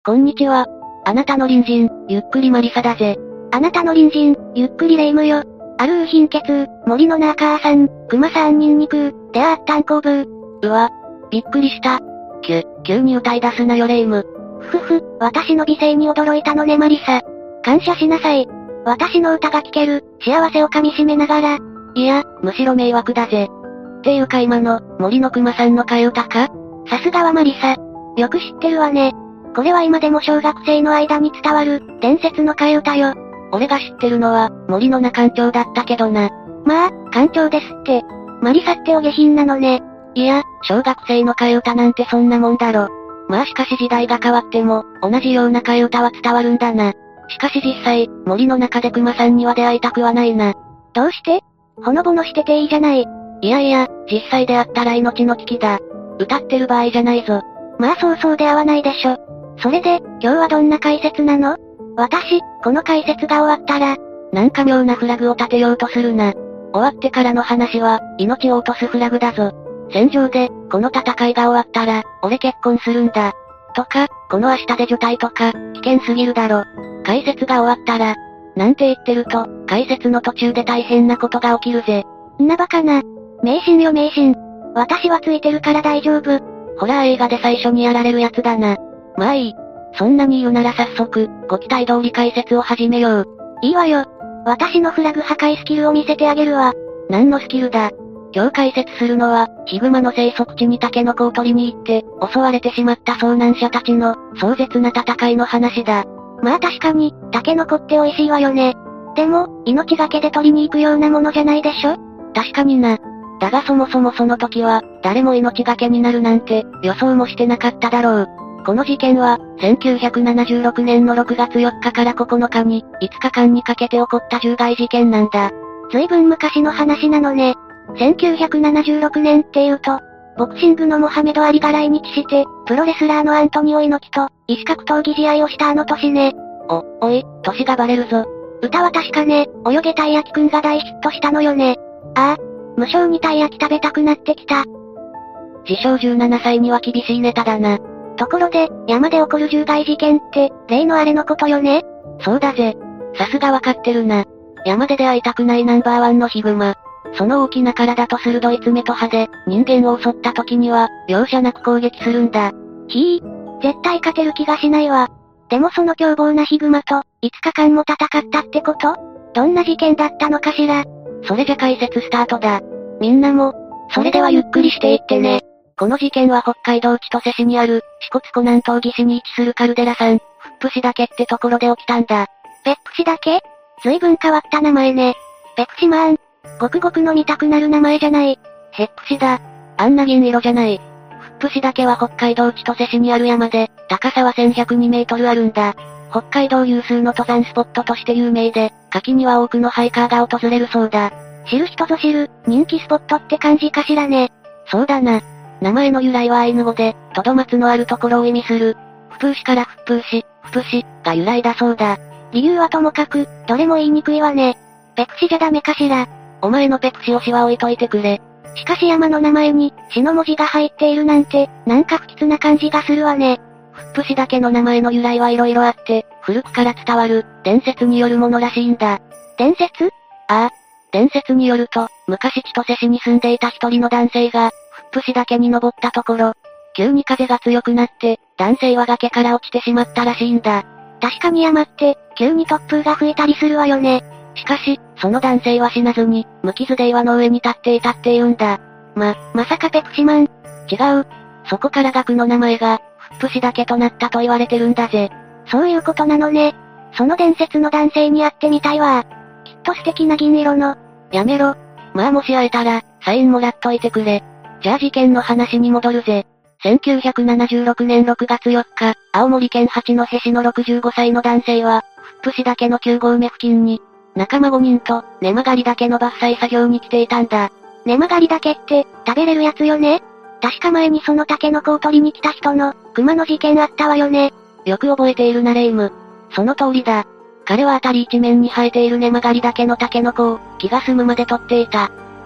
こんにちは。あなたの隣人、ゆっくりマリサだぜ。 あなたの隣人、ゆっくりレ夢ムよ。ある貧血、森のな母さん、熊さんニンニク、であったんこぶ。 うわ、びっくりした。急に歌い出すなよレ夢ム。 私の美声に驚いたのねマリサ。感謝しなさい。私の歌が聴ける、幸せを噛み締めながら。 いや、むしろ迷惑だぜ。っていうか今の、森の熊さんの替え歌か？ さすがはマリサ。よく知ってるわね。これは今でも小学生の間に伝わる、伝説の替え歌よ。 俺が知ってるのは、森のな館長だったけどな。 まあ、館長ですって。マリサってお下品なのね。 いや、小学生の替え歌なんてそんなもんだろ。まあしかし時代が変わっても、同じような替え歌は伝わるんだな。しかし実際、森の中で熊さんには出会いたくはないな。 どうして？ほのぼのしてていいじゃない。 いや、実際で会ったら命の危機だ。歌ってる場合じゃないぞ。 まあそうで会わないでしょ。それで、今日はどんな解説なの？私、この解説が終わったら、 なんか妙なフラグを立てようとするな。終わってからの話は、命を落とすフラグだぞ。戦場で、この戦いが終わったら、俺結婚するんだ。とか、この明日で除隊とか、危険すぎるだろ。解説が終わったら、なんて言ってると、解説の途中で大変なことが起きるぜ。 んなバカな。迷信よ迷信。私はついてるから大丈夫。 ホラー映画で最初にやられるやつだな。まあいい。そんなに言うなら早速、ご期待通り解説を始めよう。 いいわよ。私のフラグ破壊スキルを見せてあげるわ。 何のスキルだ？今日解説するのは、ヒグマの生息地にタケノコを取りに行って、襲われてしまった遭難者たちの、壮絶な戦いの話だ。 まあ確かに、タケノコって美味しいわよね。でも、命がけで取りに行くようなものじゃないでしょ？ 確かにな。だがそもそもその時は、誰も命がけになるなんて、予想もしてなかっただろう。この事件は、1976年の6月4日から9日に、5日間にかけて起こった重大事件なんだ。 随分昔の話なのね。1976年って言うと、ボクシングのモハメド・アリが来日して、プロレスラーのアントニオ猪木と、異種格闘技試合をしたあの年ね。 おい、年がバレるぞ。 歌は確かね、泳げたい焼きくんが大ヒットしたのよね。ああ、無性にたい焼き食べたくなってきた。 自称17歳には厳しいネタだな。 ところで、山で起こる重大事件って、例のあれのことよね？ そうだぜ。さすがわかってるな。山で出会いたくないナンバーワンのヒグマ。その大きな体と鋭い爪と歯で、人間を襲った時には、容赦なく攻撃するんだ。 絶対勝てる気がしないわ。でもその凶暴なヒグマと、5日間も戦ったってこと？どんな事件だったのかしら？ それじゃ解説スタートだ。みんなも、それではゆっくりしていってね。この事件は北海道千歳市にある、支笏湖南東岸に位置するカルデラ山、フップシ岳ってところで起きたんだ。 ペップシ岳？随分変わった名前ね。ペプシマーン。ごくごく飲みたくなる名前じゃない。 ヘップシだ。あんな銀色じゃない。フップシ岳は北海道千歳市にある山で、高さは1102メートルあるんだ。北海道有数の登山スポットとして有名で、夏季には多くのハイカーが訪れるそうだ。 知る人ぞ知る、人気スポットって感じかしらね。 そうだな。名前の由来はアイヌ語で、トドマツのあるところを意味する、フプーシからフップーシ、フプシが由来だそうだ。 理由はともかく、どれも言いにくいわね。ペプシじゃダメかしら。 お前のペプシ推しは置いといてくれ。 しかし山の名前に、死の文字が入っているなんて、なんか不吉な感じがするわね。 フップシ岳の名前の由来はいろいろあって、古くから伝わる、伝説によるものらしいんだ。 伝説？ ああ。伝説によると、昔千歳市に住んでいた一人の男性が、フップシ岳に登ったところ、急に風が強くなって、男性は崖から落ちてしまったらしいんだ。 確かに山って、急に突風が吹いたりするわよね。 しかし、その男性は死なずに、無傷で岩の上に立っていたって言うんだ。 まさかペプシマン？ 違う。そこから岳の名前が、フップシ岳となったと言われてるんだぜ。 そういうことなのね。その伝説の男性に会ってみたいわ。きっと素敵な銀色の。 やめろ。まあもし会えたら、サインもらっといてくれ。じゃあ事件の話に戻るぜ。1976年6月4日、青森県八戸市の65歳の男性は、フップシ岳の9合目付近に、仲間5人と、根曲がり岳の伐採作業に来ていたんだ。 根曲がり岳って、食べれるやつよね？確か前にそのタケノコを取りに来た人の、熊の事件あったわよね。 よく覚えているなレイム。その通りだ。彼は辺り一面に生えている根曲がり岳のタケノコを、気が済むまで取っていた。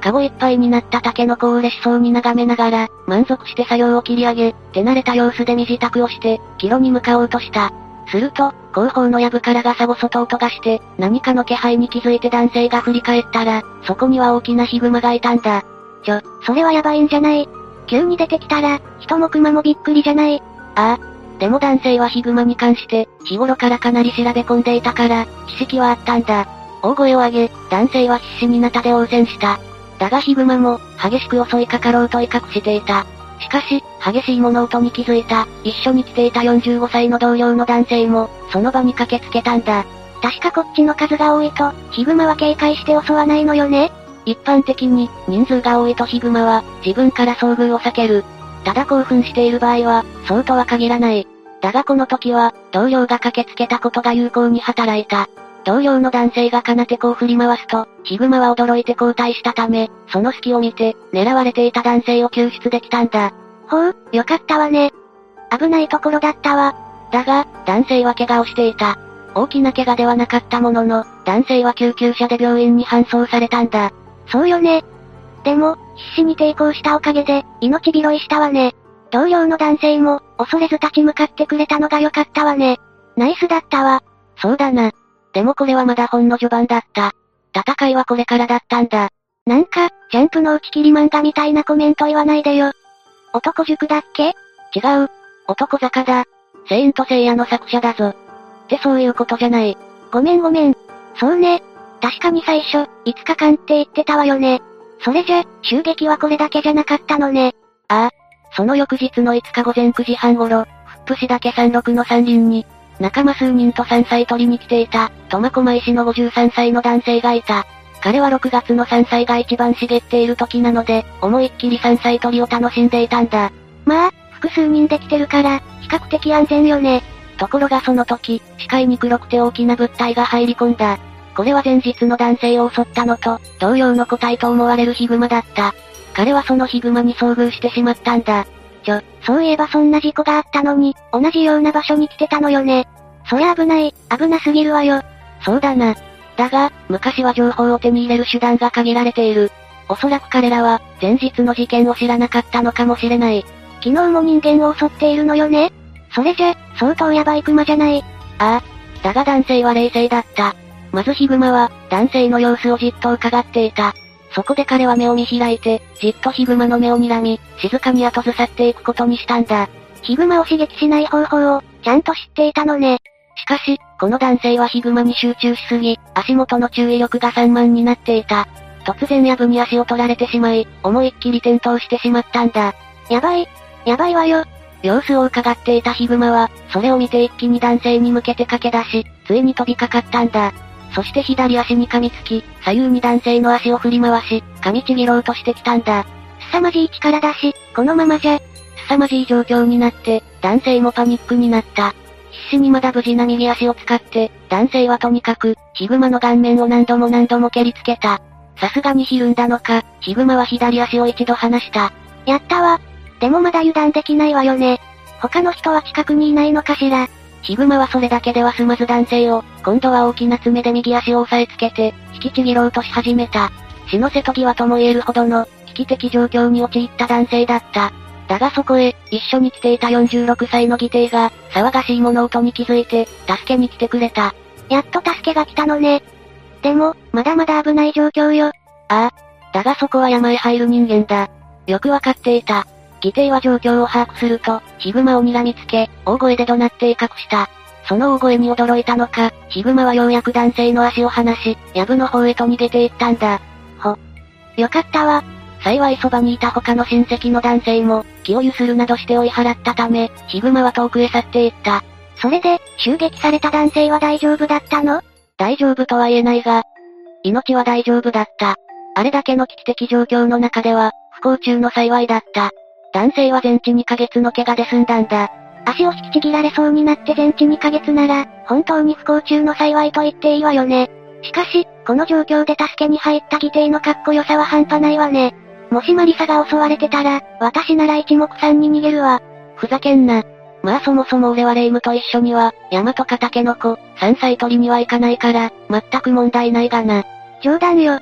カゴいっぱいになったタケノコを嬉しそうに眺めながら、満足して作業を切り上げ、手慣れた様子で身支度をして、帰路に向かおうとした。すると、後方の藪からガサゴソと音がして、何かの気配に気づいて男性が振り返ったら、そこには大きなヒグマがいたんだ。 それはやばいんじゃない？急に出てきたら、人もクマもびっくりじゃない？ ああ。でも男性はヒグマに関して、日頃からかなり調べ込んでいたから、知識はあったんだ。大声を上げ、男性は必死にナタで応戦した。だがヒグマも、激しく襲いかかろうと威嚇していた。しかし、激しい物音に気づいた、一緒に来ていた45歳の同僚の男性も、その場に駆けつけたんだ。 確かこっちの数が多いと、ヒグマは警戒して襲わないのよね？ 一般的に、人数が多いとヒグマは、自分から遭遇を避ける。ただ興奮している場合は、そうとは限らない。だがこの時は、同僚が駆けつけたことが有効に働いた。同僚の男性が金手こを振り回すと、ヒグマは驚いて後退したため、その隙を見て、狙われていた男性を救出できたんだ。 ほう、よかったわね。危ないところだったわ。 だが、男性は怪我をしていた。大きな怪我ではなかったものの、男性は救急車で病院に搬送されたんだ。 そうよね。でも、必死に抵抗したおかげで、命拾いしたわね。同僚の男性も、恐れず立ち向かってくれたのが良かったわね。ナイスだったわ。 そうだな。でもこれはまだほんの序盤だった。戦いはこれからだったんだ。 なんか、ジャンプの打ち切り漫画みたいなコメント言わないでよ。男塾だっけ？ 違う。男坂だ。聖イント聖夜の作者だぞ。ってそういうことじゃない。 ごめん。そうね。確かに最初、5日間って言ってたわよね。それじゃ、襲撃はこれだけじゃなかったのね。 ああ。その翌日の5日午前9時半頃、富津市岳山麓の山林に、仲間数人と山菜採りに来ていた、苫小牧市の53歳の男性がいた。彼は6月の山菜が一番茂っている時なので、思いっきり山菜採りを楽しんでいたんだ。 まあ、複数人で来てるから、比較的安全よね。 ところがその時、視界に黒くて大きな物体が入り込んだ。これは前日の男性を襲ったのと、同様の個体と思われるヒグマだった。彼はそのヒグマに遭遇してしまったんだ。 そういえばそんな事故があったのに、同じような場所に来てたのよね。そりゃ危なすぎるわよ。 そうだな。だが、昔は情報を手に入れる手段が限られている。おそらく彼らは、前日の事件を知らなかったのかもしれない。 昨日も人間を襲っているのよね。それじゃ、相当ヤバいクマじゃない。 ああ。だが男性は冷静だった。まずヒグマは、男性の様子をじっと伺っていた。そこで彼は目を見開いて、じっとヒグマの目を睨み、静かに後ずさっていくことにしたんだ。 ヒグマを刺激しない方法を、ちゃんと知っていたのね。 しかし、この男性はヒグマに集中しすぎ、足元の注意力が散漫になっていた。突然藪に足を取られてしまい、思いっきり転倒してしまったんだ。 やばいわよ。 様子を伺っていたヒグマは、それを見て一気に男性に向けて駆け出し、ついに飛びかかったんだ。そして左足に噛みつき、左右に男性の足を振り回し、噛みちぎろうとしてきたんだ。 凄まじい力だし、このままじゃ、 凄まじい状況になって、男性もパニックになった。必死にまだ無事な右足を使って、男性はとにかく、ヒグマの顔面を何度も蹴りつけた。さすがにひるんだのか、ヒグマは左足を一度離した。 やったわ。でもまだ油断できないわよね。他の人は近くにいないのかしら。 ヒグマはそれだけでは済まず男性を、今度は大きな爪で右足を押さえつけて、引きちぎろうとし始めた。死の瀬戸際とも言えるほどの、危機的状況に陥った男性だった。だがそこへ、一緒に来ていた46歳の義弟が、騒がしい物音に気づいて、助けに来てくれた。 やっと助けが来たのね。でも、まだまだ危ない状況よ。 ああ。だがそこは山へ入る人間だ。よくわかっていた。義弟は状況を把握すると、ヒグマを睨みつけ、大声で怒鳴って威嚇した。その大声に驚いたのか、ヒグマはようやく男性の足を離し、藪の方へと逃げていったんだ。 よかったわ。 幸いそばにいた他の親戚の男性も、気をゆするなどして追い払ったため、ヒグマは遠くへ去っていった。 それで、襲撃された男性は大丈夫だったの？ 大丈夫とは言えないが、命は大丈夫だった。あれだけの危機的状況の中では、不幸中の幸いだった。男性は全治2ヶ月の怪我で済んだんだ。 足を引きちぎられそうになって全治2ヶ月なら、本当に不幸中の幸いと言っていいわよね。しかし、この状況で助けに入った義弟のかっこよさは半端ないわね。もしマリサが襲われてたら、私なら一目散に逃げるわ。 ふざけんな。まあそもそも俺はレイムと一緒には、山とかタケノコ、山菜採りには行かないから、全く問題ないがな。 冗談よ。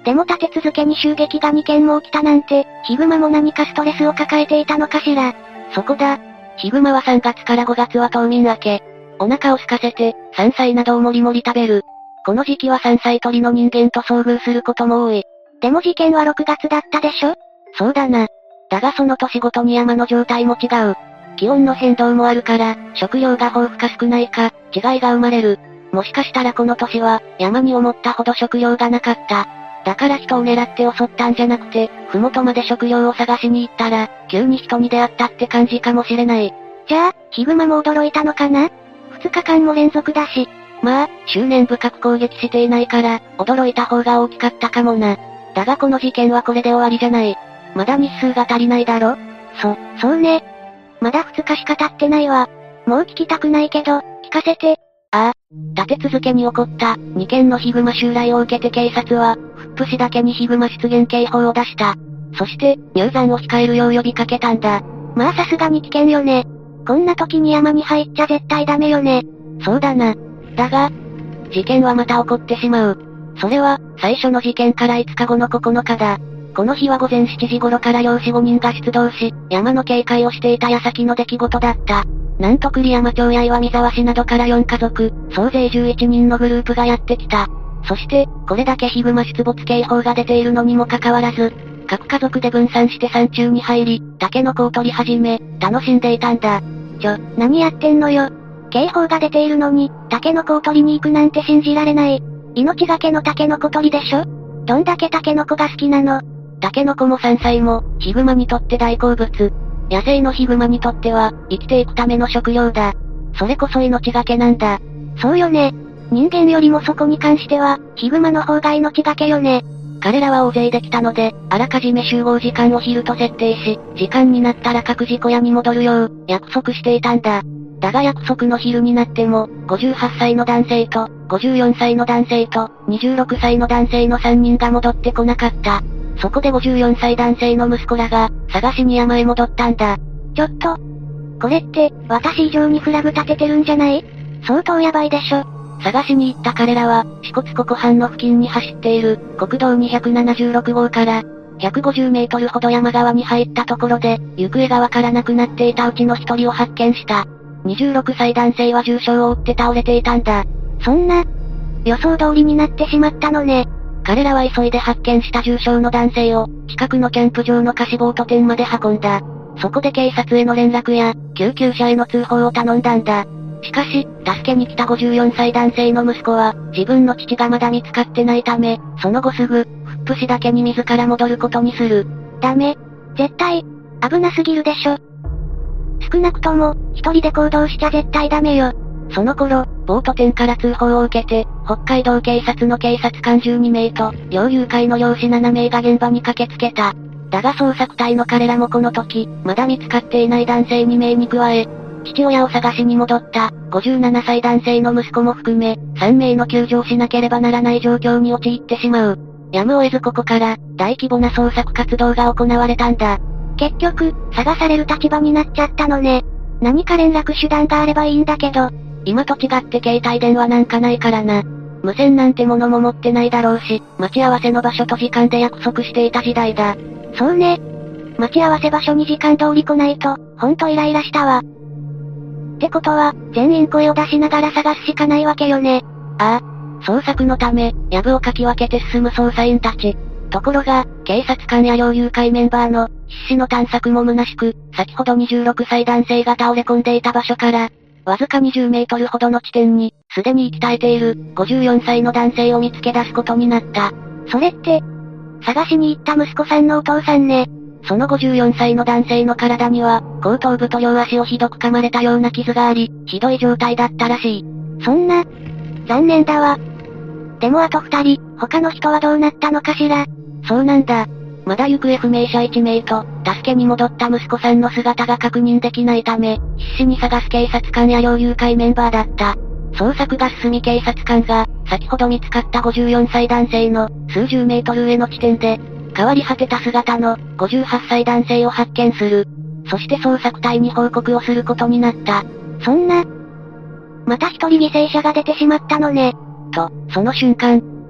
でも立て続けに襲撃が2件も起きたなんて、ヒグマも何かストレスを抱えていたのかしら。 そこだ。ヒグマは3月から5月は冬眠明け。お腹を空かせて、山菜などをもりもり食べる。この時期は山菜採りの人間と遭遇することも多い。 でも事件は6月だったでしょ？ そうだな。だがその年ごとに山の状態も違う。気温の変動もあるから、食料が豊富か少ないか、違いが生まれる。もしかしたらこの年は、山に思ったほど食料がなかった。だから人を狙って襲ったんじゃなくて、麓まで食料を探しに行ったら、急に人に出会ったって感じかもしれない。 じゃあ、ヒグマも驚いたのかな？ 2 日間も連続だし。 まあ、執念深く攻撃していないから、驚いた方が大きかったかもな。だがこの事件はこれで終わりじゃない。まだ日数が足りないだろ？ そうね。まだ2日しか経ってないわ。もう聞きたくないけど、聞かせて。 ああ、立て続けに起こった2件のヒグマ襲来を受けて警察は、富津市だけにヒグマ出現警報を出した。そして、入山を控えるよう呼びかけたんだ。 まあさすがに危険よね。こんな時に山に入っちゃ絶対ダメよね。 そうだな。だが、事件はまた起こってしまう。それは、最初の事件から5日後の9日だ。この日は午前7時頃から漁師5人が出動し、山の警戒をしていた矢先の出来事だった。なんと栗山町や岩見沢市などから4家族、総勢11人のグループがやってきた。そして、これだけヒグマ出没警報が出ているのにもかかわらず、各家族で分散して山中に入り、タケノコを取り始め、楽しんでいたんだ。 何やってんのよ。警報が出ているのに、タケノコを取りに行くなんて信じられない。命がけのタケノコ取りでしょ？どんだけタケノコが好きなの？ タケノコも山菜も、ヒグマにとって大好物。野生のヒグマにとっては、生きていくための食料だ。それこそ命がけなんだ。 そうよね。人間よりもそこに関しては、ヒグマの方が命がけよね。 彼らは大勢できたので、あらかじめ集合時間を昼と設定し、時間になったら各自小屋に戻るよう、約束していたんだ。だが約束の昼になっても、58歳の男性と、54歳の男性と、26歳の男性の3人が戻ってこなかった。そこで54歳男性の息子らが、探しに山へ戻ったんだ。 ちょっと。これって、私以上にフラグ立ててるんじゃない？相当やばいでしょ。 探しに行った彼らは、支笏湖湖畔の付近に走っている、国道276号から、150メートルほど山側に入ったところで、行方がわからなくなっていたうちの一人を発見した。26歳男性は重傷を負って倒れていたんだ。 そんな、予想通りになってしまったのね。 彼らは急いで発見した重傷の男性を、近くのキャンプ場の貸しボート店まで運んだ。そこで警察への連絡や、救急車への通報を頼んだんだ。しかし、助けに来た54歳男性の息子は、自分の父がまだ見つかってないため、その後すぐ、富津市だけに自ら戻ることにする。 ダメ。絶対、危なすぎるでしょ。少なくとも、一人で行動しちゃ絶対ダメよ。 その頃、ボート店から通報を受けて、北海道警察の警察官12名と、猟友会の猟師7名が現場に駆けつけた。だが捜索隊の彼らもこの時、まだ見つかっていない男性2名に加え、父親を探しに戻った、57歳男性の息子も含め、3名の救助をしなければならない状況に陥ってしまう。やむを得ずここから、大規模な捜索活動が行われたんだ。 結局、探される立場になっちゃったのね。何か連絡手段があればいいんだけど。 今と違って携帯電話なんかないからな。無線なんてものも持ってないだろうし、待ち合わせの場所と時間で約束していた時代だ。 そうね。待ち合わせ場所に時間通り来ないと、ほんとイライラしたわ。ってことは、全員声を出しながら探すしかないわけよね。 ああ。捜索のため、藪をかき分けて進む捜査員たち。ところが、警察官や猟友会メンバーの、必死の探索も虚しく、先ほど26歳男性が倒れ込んでいた場所から、わずか20メートルほどの地点に、すでに息絶えている、54歳の男性を見つけ出すことになった。 それって、探しに行った息子さんのお父さんね。 その54歳の男性の体には、後頭部と両足をひどく噛まれたような傷があり、ひどい状態だったらしい。 そんな、残念だわ。でもあと2人、他の人はどうなったのかしら。 そうなんだ。まだ行方不明者1名と、助けに戻った息子さんの姿が確認できないため、必死に探す警察官や猟友会メンバーだった。捜索が進み警察官が、先ほど見つかった54歳男性の、数十メートル上の地点で、変わり果てた姿の、58歳男性を発見する。そして捜索隊に報告をすることになった。 そんな、また一人犠牲者が出てしまったのね。 と、その瞬間、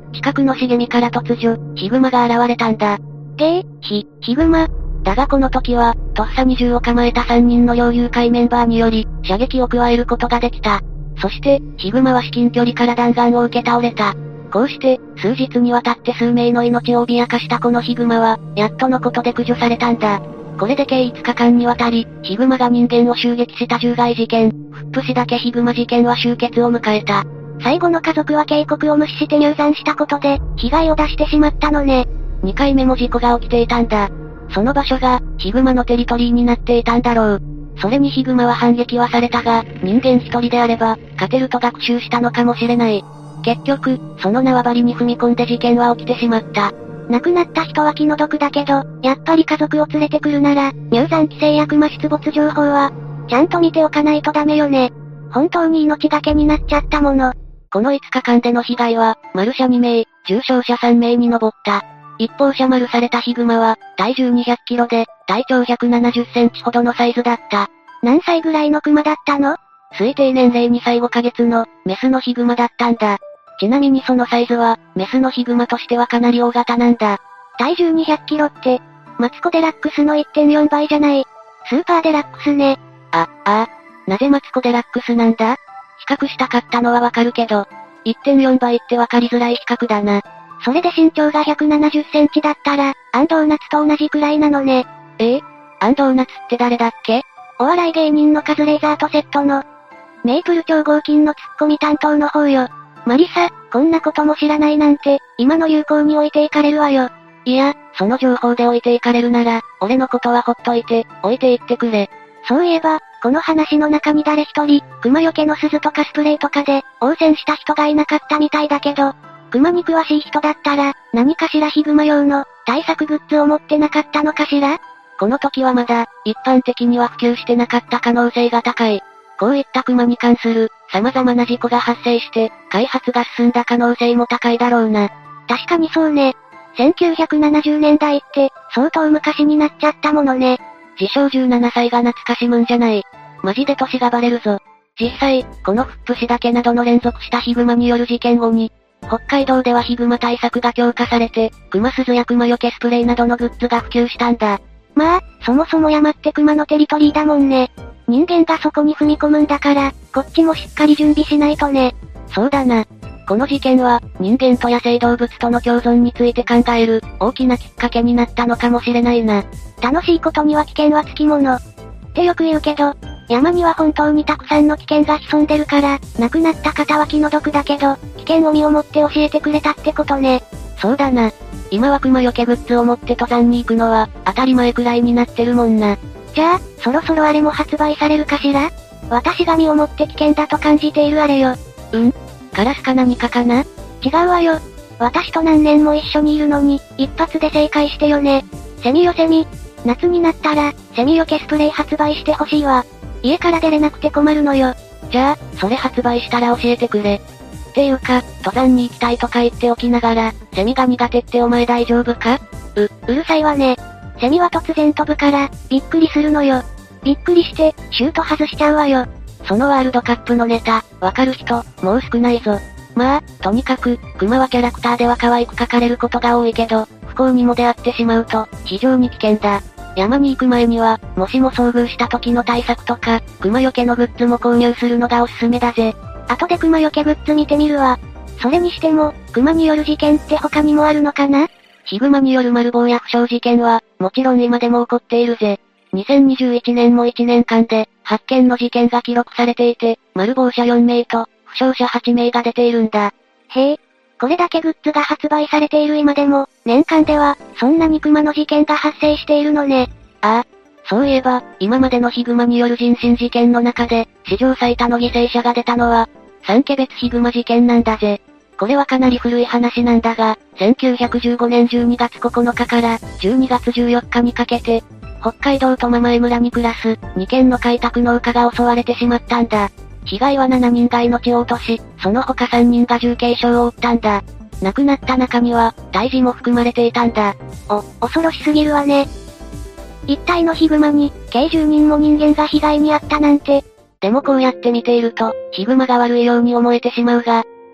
近くの茂みから突如、ヒグマが現れたんだ。 ヒグマ。 だがこの時は、とっさに銃を構えた3人の猟友会メンバーにより、射撃を加えることができた。そして、ヒグマは至近距離から弾丸を受け倒れた。こうして、数日にわたって数名の命を脅かしたこのヒグマは、やっとのことで駆除されたんだ。これで計5日間にわたり、ヒグマが人間を襲撃した獣害事件、フップ市岳ヒグマ事件は終結を迎えた。 最後の家族は警告を無視して入山したことで、被害を出してしまったのね。 2回目も事故が起きていたんだ。その場所が、ヒグマのテリトリーになっていたんだろう。それにヒグマは反撃はされたが、人間一人であれば、勝てると学習したのかもしれない。結局、その縄張りに踏み込んで事件は起きてしまった。 亡くなった人は気の毒だけど、やっぱり家族を連れてくるなら、入山規制や熊出没情報は、ちゃんと見ておかないとダメよね。本当に命がけになっちゃったもの。 この5日間での被害は、マル者2名、重傷者3名に上った。一方者丸されたヒグマは、体重200キロで、体長170センチほどのサイズだった。 何歳ぐらいのクマだったの？ 推定年齢2歳5ヶ月の、メスのヒグマだったんだ。ちなみにそのサイズは、メスのヒグマとしてはかなり大型なんだ。 体重200キロって、マツコデラックスの 1.4 倍じゃない。スーパーデラックスね。 なぜマツコデラックスなんだ？比較したかったのはわかるけど、1.4 倍ってわかりづらい比較だな。 それで身長が170センチだったら、アンドーナツと同じくらいなのね。 アンドーナツって誰だっけ？ お笑い芸人のカズレーザーとセットの、メイプル超合金のツッコミ担当の方よ。マリサ、こんなことも知らないなんて、今の流行に置いていかれるわよ。 いや、その情報で置いていかれるなら、俺のことはほっといて、置いていってくれ。 そういえば、この話の中に誰一人、熊よけの鈴とかスプレーとかで、応戦した人がいなかったみたいだけど、熊に詳しい人だったら、何かしらヒグマ用の、対策グッズを持ってなかったのかしら？ この時はまだ、一般的には普及してなかった可能性が高い。こういった熊に関する、様々な事故が発生して、開発が進んだ可能性も高いだろうな。 確かにそうね。1970年代って、相当昔になっちゃったものね。 自称17歳が懐かしむんじゃない。マジで歳がバレるぞ。実際、このフップ市岳などの連続したヒグマによる事件後に、北海道ではヒグマ対策が強化されて、熊鈴や熊よけスプレーなどのグッズが普及したんだ。 まあ、そもそも山って熊のテリトリーだもんね。人間がそこに踏み込むんだから、こっちもしっかり準備しないとね。 そうだな。この事件は、人間と野生動物との共存について考える、大きなきっかけになったのかもしれないな。 楽しいことには危険はつきもの。ってよく言うけど、山には本当にたくさんの危険が潜んでるから、亡くなった方は気の毒だけど、危険を身をもって教えてくれたってことね。 そうだな。今は熊よけグッズを持って登山に行くのは、当たり前くらいになってるもんな。 じゃあ、そろそろあれも発売されるかしら？私が身をもって危険だと感じているあれよ。 カラスか何かかな？ 違うわよ。私と何年も一緒にいるのに、一発で正解してよね。セミよセミ。夏になったら、セミよけスプレー発売してほしいわ。家から出れなくて困るのよ。 じゃあ、それ発売したら教えてくれ。っていうか、登山に行きたいとか言っておきながら、セミが苦手ってお前大丈夫か？ うるさいわね。セミは突然飛ぶから、びっくりするのよ。びっくりして、シュート外しちゃうわよ。 そのワールドカップのネタ、わかる人、もう少ないぞ。まあ、とにかく、熊はキャラクターでは可愛く描かれることが多いけど、不幸にも出会ってしまうと、非常に危険だ。山に行く前には、もしも遭遇した時の対策とか、熊よけのグッズも購入するのがおすすめだぜ。 後で熊よけグッズ見てみるわ。それにしても、熊による事件って他にもあるのかな？ ヒグマによる丸棒や負傷事件は、もちろん今でも起こっているぜ。2021年も1年間で、8件の事件が記録されていて、丸棒者4名と、負傷者8名が出ているんだ。 へえ、これだけグッズが発売されている今でも、年間では、そんなに熊の事件が発生しているのね。 ああ。そういえば、今までのヒグマによる人身事件の中で、史上最多の犠牲者が出たのは、三毛別ヒグマ事件なんだぜ。これはかなり古い話なんだが、1915年12月9日から12月14日にかけて、北海道苫前村に暮らす2軒の開拓農家が襲われてしまったんだ。被害は7人が命を落とし、その他3人が重軽傷を負ったんだ。亡くなった中には、胎児も含まれていたんだ。 恐ろしすぎるわね。一体のヒグマに、計10人も人間が被害に遭ったなんて。 でもこうやって見ていると、ヒグマが悪いように思えてしまうが、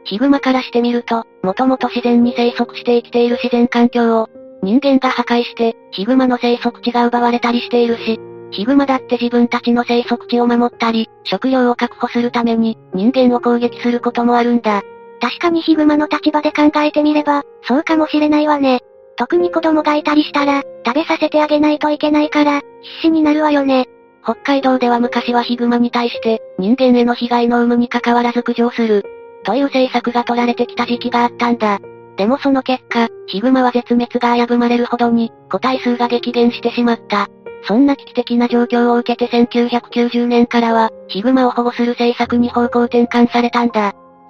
ヒグマからしてみると、もともと自然に生息して生きている自然環境を、人間が破壊して、ヒグマの生息地が奪われたりしているし、ヒグマだって自分たちの生息地を守ったり、食料を確保するために、人間を攻撃することもあるんだ。 確かにヒグマの立場で考えてみれば、そうかもしれないわね。特に子供がいたりしたら、食べさせてあげないといけないから、必死になるわよね。 北海道では昔はヒグマに対して、人間への被害の有無に関わらず駆除する、という政策が取られてきた時期があったんだ。でもその結果、ヒグマは絶滅が危ぶまれるほどに、個体数が激減してしまった。そんな危機的な状況を受けて1990年からは、ヒグマを保護する政策に方向転換されたんだ。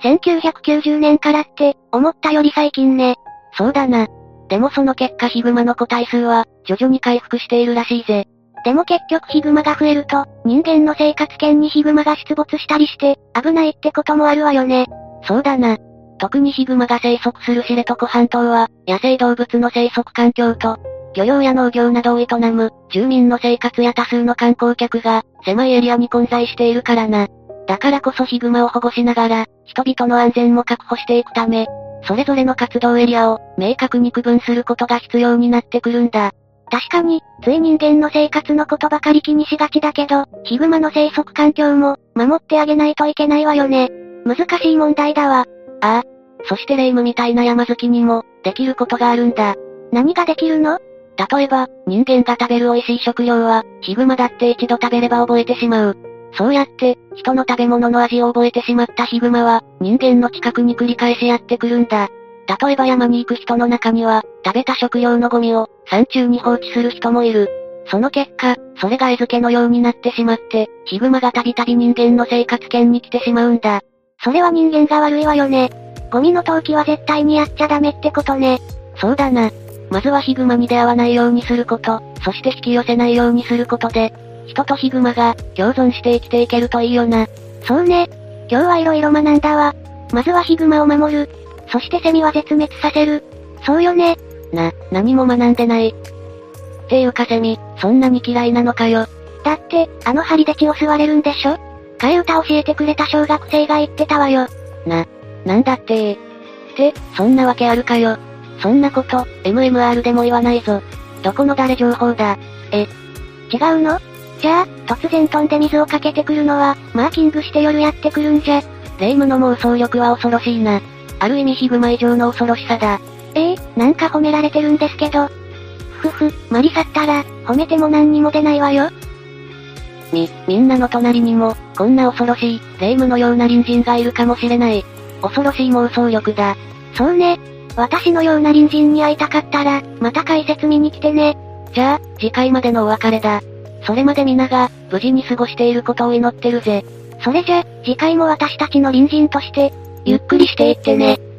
1990年からって、思ったより最近ね。 そうだな。でもその結果ヒグマの個体数は、徐々に回復しているらしいぜ。 でも結局ヒグマが増えると、人間の生活圏にヒグマが出没したりして、危ないってこともあるわよね。 そうだな。特にヒグマが生息する知床半島は、野生動物の生息環境と、漁業や農業などを営む、住民の生活や多数の観光客が、狭いエリアに混在しているからな。だからこそヒグマを保護しながら、人々の安全も確保していくため、それぞれの活動エリアを、明確に区分することが必要になってくるんだ。 確かに、つい人間の生活のことばかり気にしがちだけど、ヒグマの生息環境も、守ってあげないといけないわよね。難しい問題だわ。 ああ。そしてレイムみたいな山好きにも、できることがあるんだ。 何ができるの？ 例えば、人間が食べる美味しい食料は、ヒグマだって一度食べれば覚えてしまう。そうやって、人の食べ物の味を覚えてしまったヒグマは、人間の近くに繰り返しやってくるんだ。例えば山に行く人の中には、食べた食料のゴミを、山中に放置する人もいる。その結果、それが餌付けのようになってしまって、ヒグマがたびたび人間の生活圏に来てしまうんだ。 それは人間が悪いわよね。ゴミの投棄は絶対にやっちゃダメってことね。 そうだな。まずはヒグマに出会わないようにすること、そして引き寄せないようにすることで、人とヒグマが共存して生きていけるといいよな。 そうね。今日はいろいろ学んだわ。まずはヒグマを守る。そしてセミは絶滅させる。そうよね。 何も学んでない。っていうかセミ、そんなに嫌いなのかよ。 だって、針で血を吸われるんでしょ？替え歌教えてくれた小学生が言ってたわよ。 なんだってそんなわけあるかよ。そんなこと、MMR でも言わないぞ。どこの誰情報だ。 違うの？じゃあ、突然飛んで水をかけてくるのは、マーキングして夜やってくるんじゃ。 レイムの妄想力は恐ろしいな。ある意味ヒグマ以上の恐ろしさだ。 なんか褒められてるんですけど。マリサったら、褒めても何にも出ないわよ。 みんなの隣にも、こんな恐ろしい、レイムのような隣人がいるかもしれない。恐ろしい妄想力だ。 そうね。私のような隣人に会いたかったら、また解説見に来てね。 じゃあ、次回までのお別れだ。それまで皆が、無事に過ごしていることを祈ってるぜ。 それじゃ、次回も私たちの隣人として、ゆっくりしていってね。